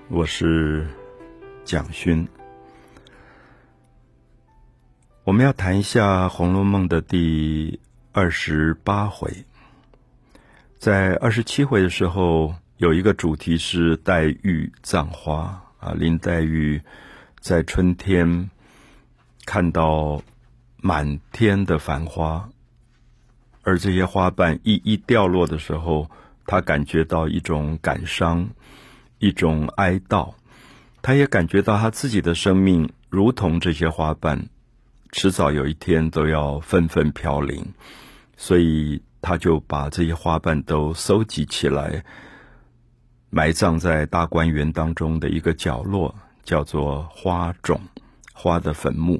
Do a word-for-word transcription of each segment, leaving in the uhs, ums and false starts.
我是蒋勋。我们要谈一下《红楼梦》的第二十八回。在二十七回的时候，有一个主题是黛玉葬花啊，林黛玉在春天看到满天的繁花，而这些花瓣一一掉落的时候，她感觉到一种感伤，一种哀悼。她也感觉到她自己的生命如同这些花瓣，迟早有一天都要纷纷飘零，所以她就把这些花瓣都收集起来，埋葬在大观园当中的一个角落，叫做花冢，花的坟墓。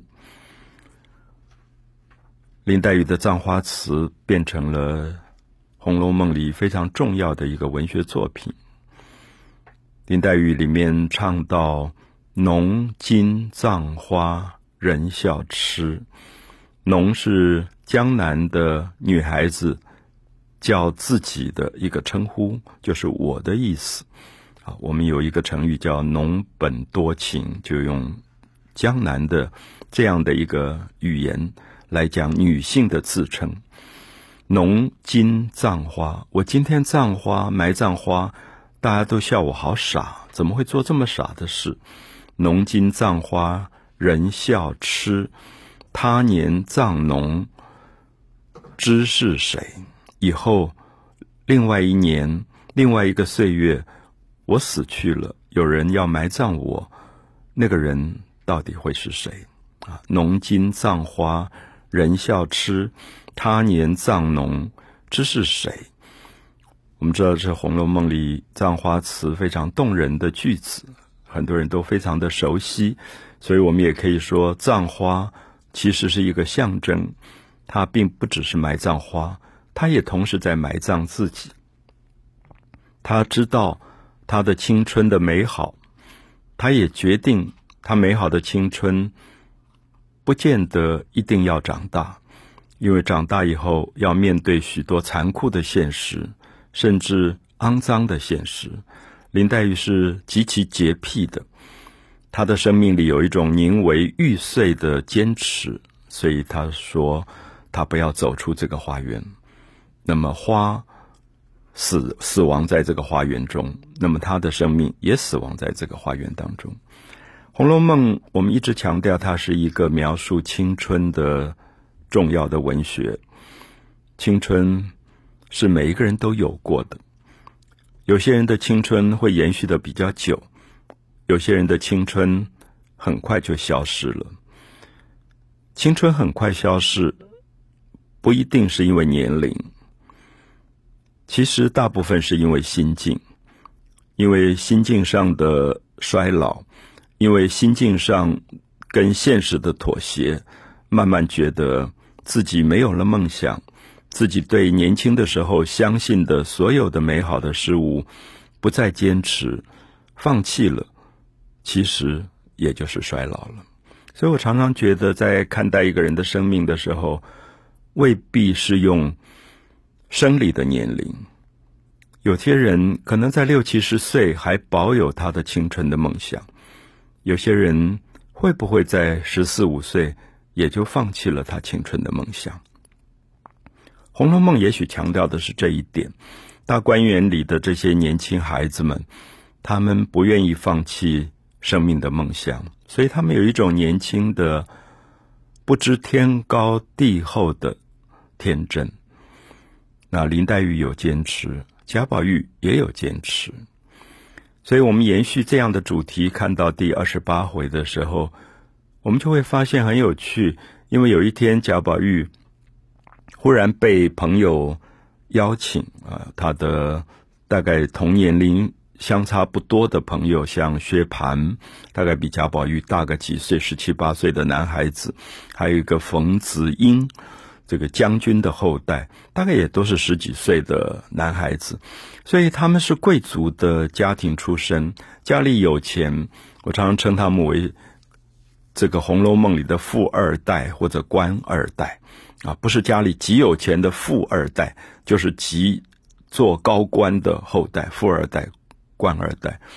林黛玉的葬花词变成了《红楼梦》里非常重要的一个文学作品。林黛玉里面唱到浓金葬花人笑痴，浓是江南的女孩子叫自己的一个称呼，就是我的意思啊。我们有一个成语叫浓本多情，就用江南的这样的一个语言来讲女性的自称。浓金葬花，我今天葬花埋葬花，大家都笑我好傻，怎么会做这么傻的事？浓金葬花人笑痴，他年葬侬知是谁？以后另外一年，另外一个岁月，我死去了，有人要埋葬我，那个人到底会是谁啊？浓金葬花人笑痴，他年葬侬知是谁？我们知道这《红楼梦》里葬花词非常动人的句子，很多人都非常的熟悉，所以我们也可以说葬花其实是一个象征，它并不只是埋葬花，它也同时在埋葬自己。他知道他的青春的美好，他也决定他美好的青春不见得一定要长大，因为长大以后要面对许多残酷的现实，甚至肮脏的现实。林黛玉是极其洁癖的，她的生命里有一种宁为玉碎的坚持，所以她说她不要走出这个花园。那么花死死亡在这个花园中，那么她的生命也死亡在这个花园当中。《红楼梦》我们一直强调它是一个描述青春的重要的文学。青春是每一个人都有过的，有些人的青春会延续的比较久，有些人的青春很快就消失了。青春很快消失不一定是因为年龄，其实大部分是因为心境，因为心境上的衰老，因为心境上跟现实的妥协，慢慢觉得自己没有了梦想，自己对年轻的时候相信的所有的美好的事物不再坚持，放弃了，其实也就是衰老了。所以我常常觉得在看待一个人的生命的时候，未必是用生理的年龄，有些人可能在六七十岁还保有他的青春的梦想，有些人会不会在十四五岁也就放弃了他青春的梦想？《红楼梦》也许强调的是这一点，大观园里的这些年轻孩子们，他们不愿意放弃生命的梦想，所以他们有一种年轻的不知天高地厚的天真。那林黛玉有坚持，贾宝玉也有坚持，所以我们延续这样的主题，看到第二十八回的时候，我们就会发现很有趣。因为有一天贾宝玉忽然被朋友邀请啊，他的大概同年龄相差不多的朋友，像薛蟠，大概比贾宝玉大个几岁，十七八岁的男孩子，还有一个冯子英，这个将军的后代，大概也都是十几岁的男孩子，所以他们是贵族的家庭出身，家里有钱，我常常称他们为这个《红楼梦》里的富二代或者官二代啊，不是家里极有钱的富二代，就是极做高官的后代，富二代、官二代。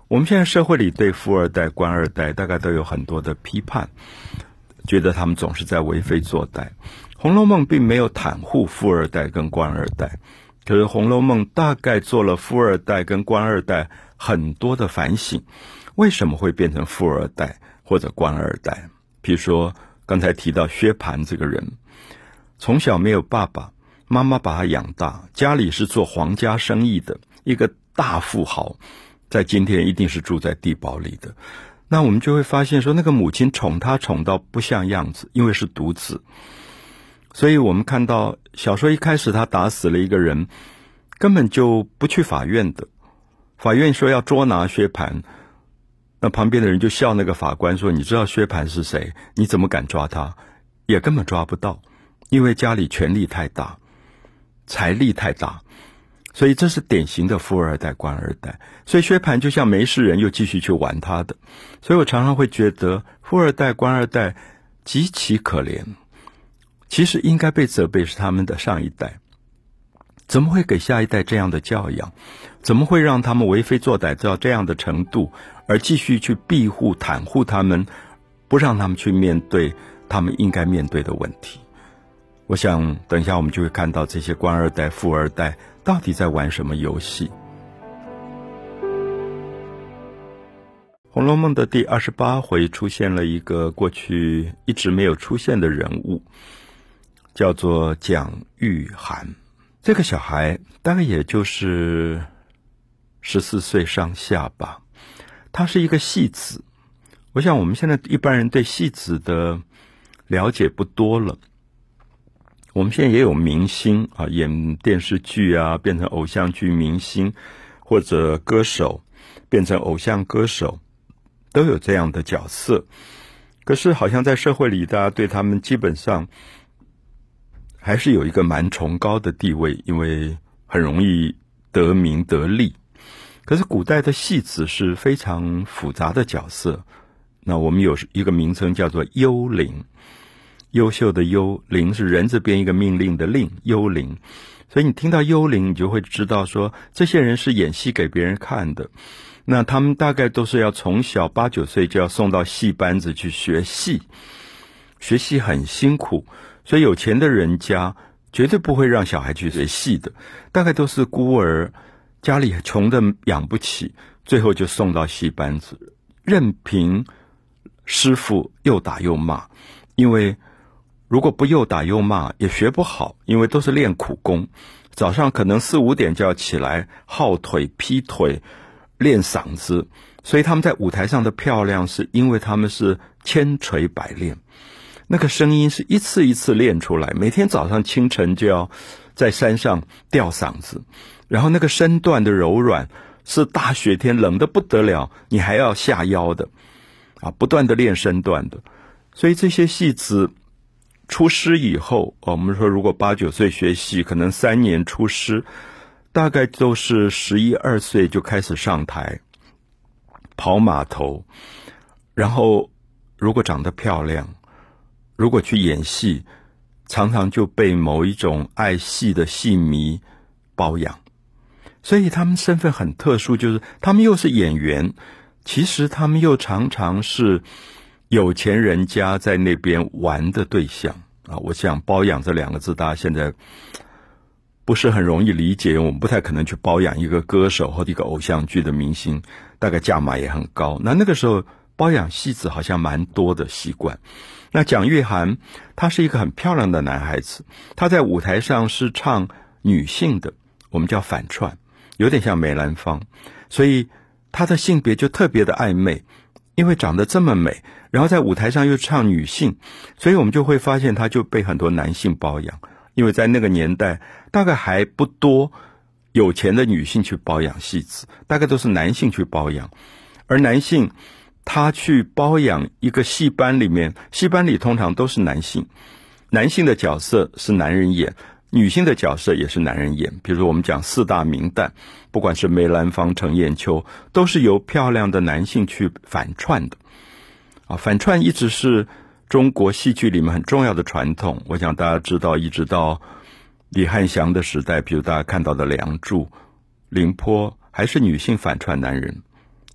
我们现在社会里对富二代、官二代大概都有很多的批判，觉得他们总是在为非作歹。《红楼梦》并没有袒护富二代跟官二代，可是《红楼梦》大概做了富二代跟官二代很多的反省，为什么会变成富二代或者官二代？比如说刚才提到薛蟠这个人，从小没有爸爸，妈妈把他养大，家里是做皇家生意的一个大富豪，在今天一定是住在地堡里的。那我们就会发现说，那个母亲宠他宠到不像样子，因为是独子。所以我们看到小说一开始他打死了一个人，根本就不去法院的，法院说要捉拿薛蟠，那旁边的人就笑那个法官说，你知道薛蟠是谁？你怎么敢抓他？也根本抓不到，因为家里权力太大，财力太大，所以这是典型的富二代、官二代。所以薛蟠就像没事人又继续去玩他的。所以我常常会觉得富二代、官二代极其可怜，其实应该被责备是他们的上一代，怎么会给下一代这样的教养？怎么会让他们为非作歹到这样的程度，而继续去庇护、袒护他们，不让他们去面对他们应该面对的问题？我想等一下我们就会看到这些官二代、富二代到底在玩什么游戏。《红楼梦》的第二十八回出现了一个过去一直没有出现的人物，叫做蒋玉菡。这个小孩大概也就是十四岁上下吧，他是一个戏子。我想我们现在一般人对戏子的了解不多了。我们现在也有明星啊，演电视剧啊，变成偶像剧明星，或者歌手变成偶像歌手，都有这样的角色。可是好像在社会里，大家对他们基本上还是有一个蛮崇高的地位，因为很容易得名得利。可是古代的戏子是非常复杂的角色，那我们有一个名称叫做幽灵，优秀的优，灵是人字边一个命令的令，幽灵。所以你听到幽灵，你就会知道说这些人是演戏给别人看的。那他们大概都是要从小八九岁就要送到戏班子去学戏，学戏很辛苦，所以有钱的人家绝对不会让小孩去学戏的，大概都是孤儿，家里穷的养不起，最后就送到戏班子，任凭师傅又打又骂。因为如果不又打又骂也学不好，因为都是练苦功，早上可能四五点就要起来耗腿劈腿练嗓子，所以他们在舞台上的漂亮是因为他们是千锤百炼，那个声音是一次一次练出来，每天早上清晨就要在山上吊嗓子，然后那个身段的柔软是大雪天冷得不得了，你还要下腰的啊，不断的练身段的。所以这些戏子出师以后，我们说如果八九岁学戏，可能三年出师，大概都是十一二岁就开始上台跑码头，然后如果长得漂亮，如果去演戏，常常就被某一种爱戏的戏迷包养。所以他们身份很特殊，就是他们又是演员，其实他们又常常是有钱人家在那边玩的对象啊。我想包养这两个字大家现在不是很容易理解，我们不太可能去包养一个歌手或者一个偶像剧的明星，大概价码也很高。那那个时候包养戏子好像蛮多的习惯。那蒋玉菡他是一个很漂亮的男孩子，他在舞台上是唱女性的，我们叫反串，有点像梅兰芳，所以他的性别就特别的暧昧，因为长得这么美，然后在舞台上又唱女性，所以我们就会发现他就被很多男性包养。因为在那个年代大概还不多有钱的女性去包养戏子，大概都是男性去包养。而男性他去包养一个戏班里面，戏班里通常都是男性，男性的角色是男人演，女性的角色也是男人演。比如说我们讲四大名旦，不管是梅兰芳、程砚秋，都是由漂亮的男性去反串的啊。反串一直是中国戏剧里面很重要的传统。我想大家知道，一直到李汉祥的时代，比如大家看到的梁祝、凌波，还是女性反串男人。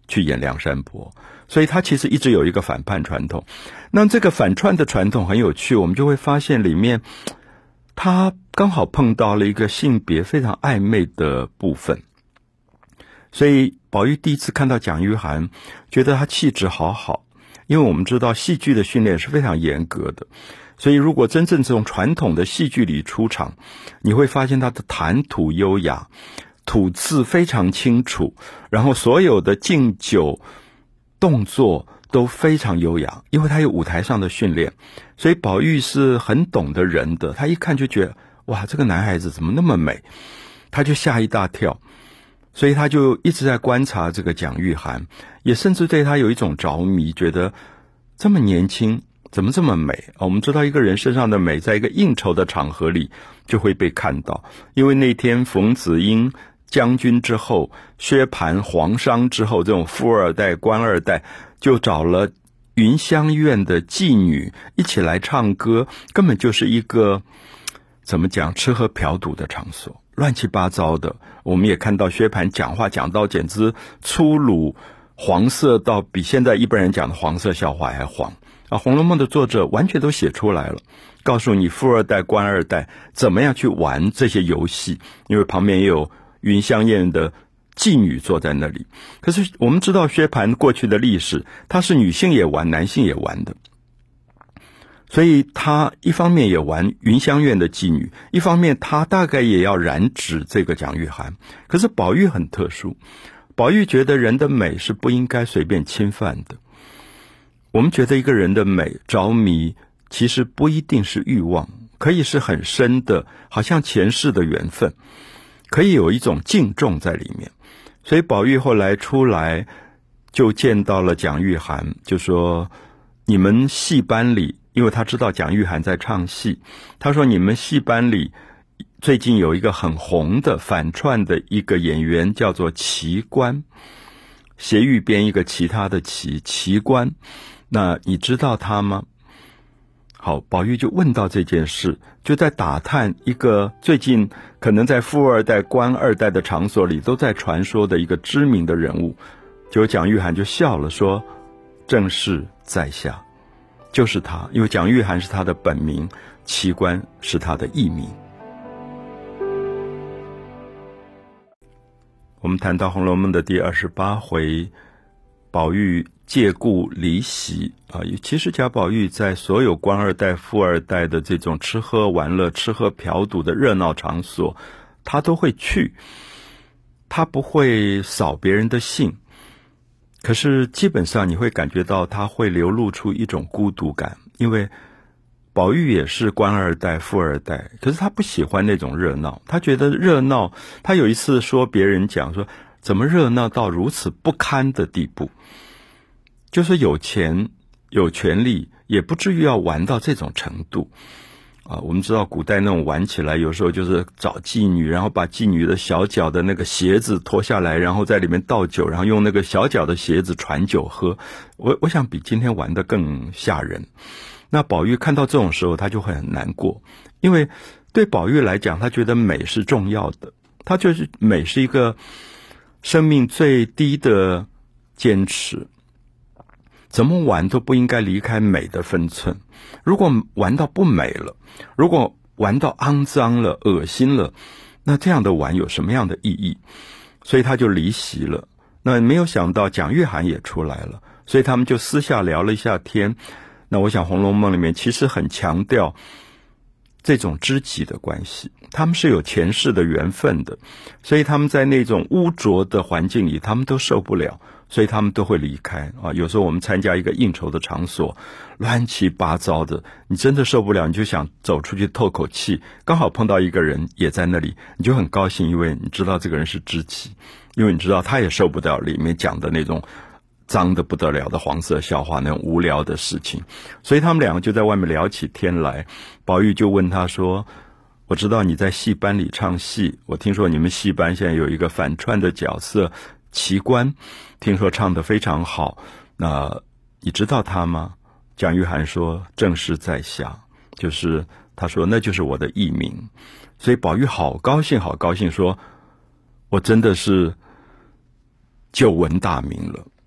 去演梁山伯，所以他其实一直有一个反叛传统。那这个反串的传统很有趣，我们就会发现里面他刚好碰到了一个性别非常暧昧的部分。所以宝玉第一次看到蒋玉菡，觉得他气质好好，因为我们知道戏剧的训练是非常严格的，所以如果真正从传统的戏剧里出场，你会发现他的谈吐优雅，吐字非常清楚，然后所有的敬酒动作都非常优雅，因为他有舞台上的训练。所以宝玉是很懂得人的，他一看就觉得哇，这个男孩子怎么那么美，他就吓一大跳。所以他就一直在观察这个蒋玉菡，也甚至对他有一种着迷，觉得这么年轻怎么这么美。我们知道一个人身上的美在一个应酬的场合里就会被看到，因为那天冯子英将军之后，薛蟠皇商之后，这种富二代官二代就找了云香院的妓女一起来唱歌，根本就是一个怎么讲吃喝嫖赌的场所，乱七八糟的。我们也看到薛蟠讲话讲到简直粗鲁黄色到比现在一般人讲的黄色笑话还黄啊！《红楼梦》的作者完全都写出来了，告诉你富二代官二代怎么样去玩这些游戏，因为旁边也有云香宴的妓女坐在那里。可是我们知道薛蟠过去的历史，他是女性也玩男性也玩的，所以他一方面也玩云香院的妓女，一方面他大概也要染指这个蒋玉菡。可是宝玉很特殊，宝玉觉得人的美是不应该随便侵犯的。我们觉得一个人的美着迷，其实不一定是欲望，可以是很深的，好像前世的缘分，可以有一种敬重在里面。所以宝玉后来出来就见到了蒋玉菡，就说你们戏班里，因为他知道蒋玉菡在唱戏，他说你们戏班里最近有一个很红的反串的一个演员叫做奇观，斜玉边一个其他的奇，奇观，那你知道他吗？好，宝玉就问到这件事，就在打探一个最近可能在富二代官二代的场所里都在传说的一个知名的人物。结果蒋玉菡就笑了，说正是在下，就是他，因为蒋玉菡是他的本名，奇观是他的艺名。我们谈到《红楼梦》的第二十八回，宝玉借故离席啊，其实贾宝玉在所有官二代、富二代的这种吃喝玩乐、吃喝嫖赌的热闹场所，他都会去，他不会扫别人的兴。可是基本上你会感觉到他会流露出一种孤独感，因为宝玉也是官二代、富二代，可是他不喜欢那种热闹，他觉得热闹，他有一次说别人讲说，怎么热闹到如此不堪的地步，就是有钱有权利也不至于要玩到这种程度啊！我们知道古代那种玩起来，有时候就是找妓女，然后把妓女的小脚的那个鞋子脱下来，然后在里面倒酒，然后用那个小脚的鞋子传酒喝。我我想比今天玩的更吓人。那宝玉看到这种时候，他就会很难过，因为对宝玉来讲，他觉得美是重要的，他就是美是一个生命最低的坚持，怎么玩都不应该离开美的分寸。如果玩到不美了，如果玩到肮脏了、恶心了，那这样的玩有什么样的意义？所以他就离席了。那没有想到蒋玉菡也出来了，所以他们就私下聊了一下天。那我想《红楼梦》里面其实很强调这种知己的关系，他们是有前世的缘分的，所以他们在那种污浊的环境里，他们都受不了，所以他们都会离开啊。有时候我们参加一个应酬的场所，乱七八糟的，你真的受不了，你就想走出去透口气，刚好碰到一个人也在那里，你就很高兴，因为你知道这个人是知己，因为你知道他也受不了里面讲的那种脏的不得了的黄色笑话，那种无聊的事情，所以他们两个就在外面聊起天来。宝玉就问他说，我知道你在戏班里唱戏，我听说你们戏班现在有一个反串的角色奇观，听说唱得非常好，那你知道他吗？蒋玉菡说正是在下，就是他说那就是我的艺名。所以宝玉好高兴好高兴，说我真的是久闻大名了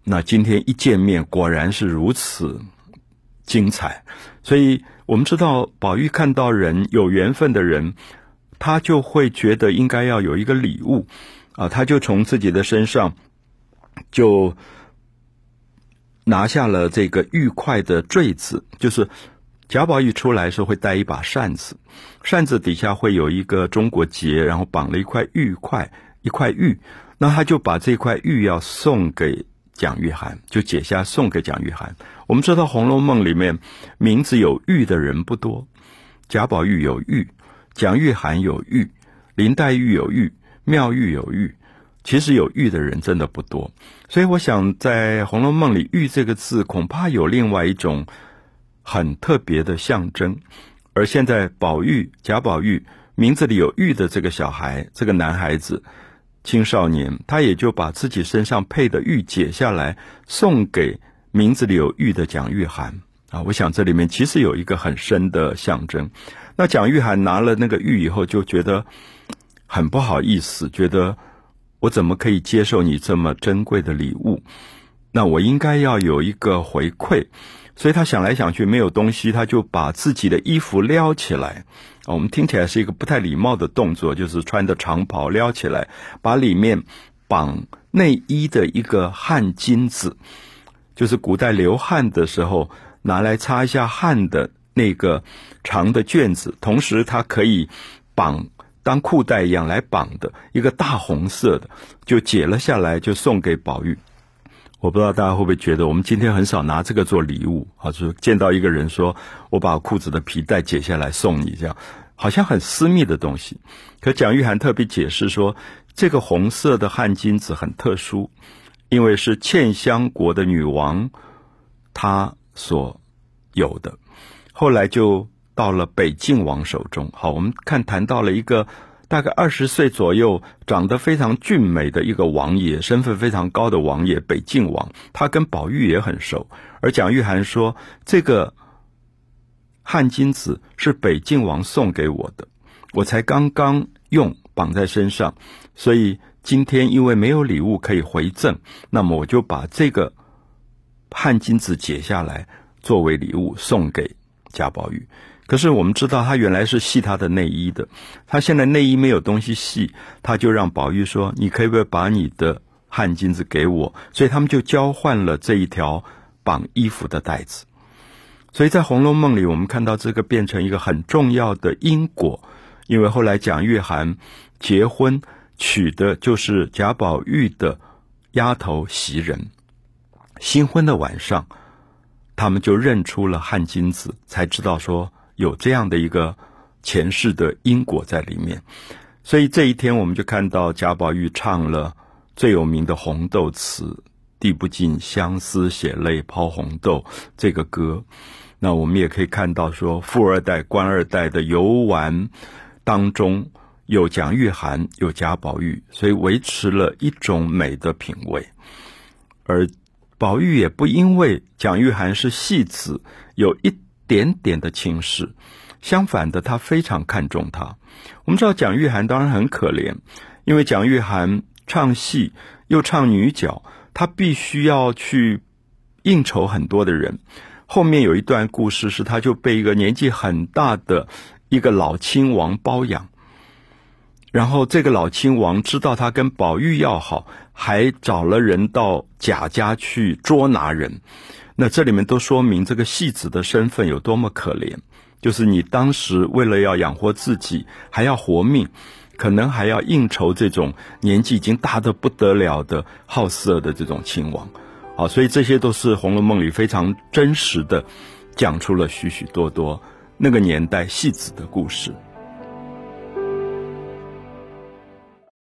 那今天一见面，果然是如此精彩。所以我们知道，宝玉看到人有缘分的人，他就会觉得应该要有一个礼物啊，他就从自己的身上就拿下了这个玉块的坠子，就是贾宝玉出来的时候会带一把扇子，扇子底下会有一个中国结，然后绑了一块玉块，一块玉，那他就把这块玉要送给蒋玉菡，就解下送给蒋玉菡。我们知道《红楼梦》里面名字有玉的人不多，贾宝玉有玉，蒋玉菡有玉，林黛玉有玉，妙玉有玉，其实有玉的人真的不多。所以我想在《红楼梦》里，玉这个字恐怕有另外一种很特别的象征。而现在宝玉，贾宝玉名字里有玉的这个小孩，这个男孩子青少年，他也就把自己身上配的玉解下来送给名字里有玉的蒋玉菡啊。我想这里面其实有一个很深的象征。那蒋玉菡拿了那个玉以后就觉得很不好意思，觉得我怎么可以接受你这么珍贵的礼物，那我应该要有一个回馈。所以他想来想去没有东西，他就把自己的衣服撩起来，我们听起来是一个不太礼貌的动作，就是穿的长袍撩起来，把里面绑内衣的一个汗巾子，就是古代流汗的时候拿来擦一下汗的那个长的卷子，同时它可以绑当裤带一样来绑的一个大红色的，就解了下来，就送给宝玉。我不知道大家会不会觉得我们今天很少拿这个做礼物啊，就是见到一个人说我把裤子的皮带解下来送你，这样好像很私密的东西。可蒋玉菡特别解释说，这个红色的汗巾子很特殊，因为是茜香国的女王她所有的，后来就到了北静王手中。好，我们看谈到了一个大概二十岁左右，长得非常俊美的一个王爷，身份非常高的王爷，北静王，他跟宝玉也很熟。而蒋玉菡说，这个汗巾子是北静王送给我的，我才刚刚用绑在身上，所以今天因为没有礼物可以回赠，那么我就把这个汗巾子解下来作为礼物送给贾宝玉。可是我们知道他原来是系他的内衣的，他现在内衣没有东西系，他就让宝玉说，你可以不可以把你的汗巾子给我，所以他们就交换了这一条绑衣服的带子。所以在《红楼梦》里我们看到这个变成一个很重要的因果，因为后来蒋玉菡结婚娶的就是贾宝玉的丫头袭人，新婚的晚上他们就认出了汗巾子，才知道说有这样的一个前世的因果在里面。所以这一天我们就看到贾宝玉唱了最有名的红豆词，滴不尽相思血泪抛红豆这个歌。那我们也可以看到说，富二代官二代的游玩当中有蒋玉菡有贾宝玉，所以维持了一种美的品味。而宝玉也不因为蒋玉菡是戏子有一点点的轻视，相反的他非常看重他。我们知道蒋玉菡当然很可怜，因为蒋玉菡唱戏又唱女角，他必须要去应酬很多的人。后面有一段故事是他就被一个年纪很大的一个老亲王包养，然后这个老亲王知道他跟宝玉要好，还找了人到贾家去捉拿人。那这里面都说明这个戏子的身份有多么可怜，就是你当时为了要养活自己还要活命，可能还要应酬这种年纪已经大得不得了的好色的这种亲王。好，所以这些都是《红楼梦》里非常真实的讲出了许许多多那个年代戏子的故事。